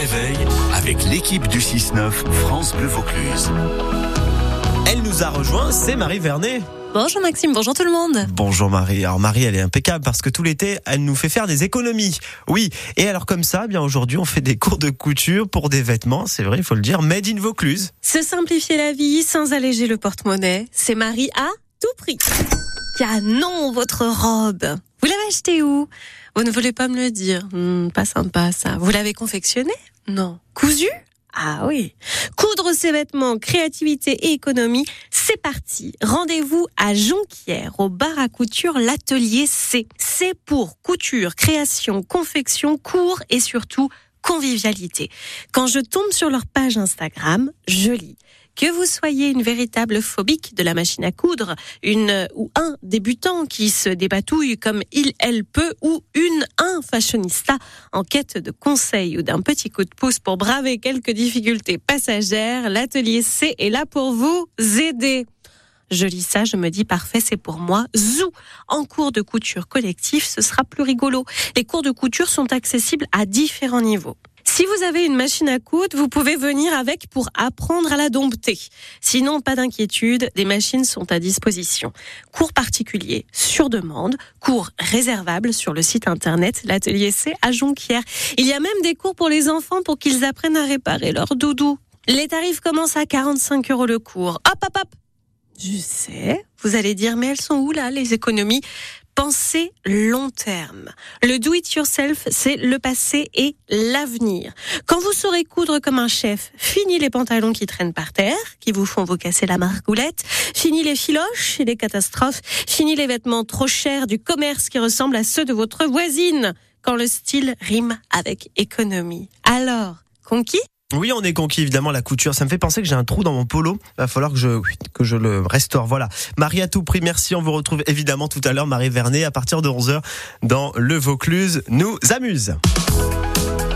réveil avec l'équipe du 6-9 France Bleu Vaucluse. Elle nous a rejoint, c'est Marie Vernet. Bonjour Maxime, bonjour tout le monde. Bonjour Marie. Alors Marie, elle est impeccable parce que tout l'été, elle nous fait faire des économies. Oui, et alors comme ça, bien aujourd'hui, on fait des cours de couture pour des vêtements, c'est vrai, il faut le dire, made in Vaucluse. Se simplifier la vie sans alléger le porte-monnaie, c'est Marie à tout prix. Canon, votre robe. Vous l'avez achetée où ? Vous ne voulez pas me le dire. Pas sympa ça. Vous l'avez confectionnée ? Non. Cousue ? Ah oui. Coudre ses vêtements, créativité et économie, c'est parti. Rendez-vous à Jonquière, au bar à couture L'Atelier C. C'est pour couture, création, confection, cours et surtout convivialité. Quand je tombe sur leur page Instagram, je lis. Que vous soyez une véritable phobique de la machine à coudre, une ou un débutant qui se dépatouille comme elle peut, ou un fashionista en quête de conseils ou d'un petit coup de pouce pour braver quelques difficultés passagères, l'Atelier C est là pour vous aider. Je lis ça, je me dis parfait, c'est pour moi. Zou! En cours de couture collectif, ce sera plus rigolo. Les cours de couture sont accessibles à différents niveaux. Si vous avez une machine à coudre, vous pouvez venir avec pour apprendre à la dompter. Sinon, pas d'inquiétude, des machines sont à disposition. Cours particuliers sur demande, cours réservables sur le site internet L'Atelier C à Jonquière. Il y a même des cours pour les enfants pour qu'ils apprennent à réparer leur doudou. Les tarifs commencent à 45 € le cours. Hop, hop, hop! Je sais, vous allez dire, mais elles sont où là, les économies ? Pensez long terme. Le do-it-yourself, c'est le passé et l'avenir. Quand vous saurez coudre comme un chef, fini les pantalons qui traînent par terre, qui vous font vous casser la margoulette, fini les filoches et les catastrophes, fini les vêtements trop chers du commerce qui ressemblent à ceux de votre voisine, quand le style rime avec économie. Alors, conquis ? Oui, on est conquis, évidemment, la couture. Ça me fait penser que j'ai un trou dans mon polo. Il va falloir que je le restaure. Voilà. Marie à tout prix, merci. On vous retrouve évidemment tout à l'heure, Marie Vernet, à partir de 11h dans le Vaucluse nous amuse.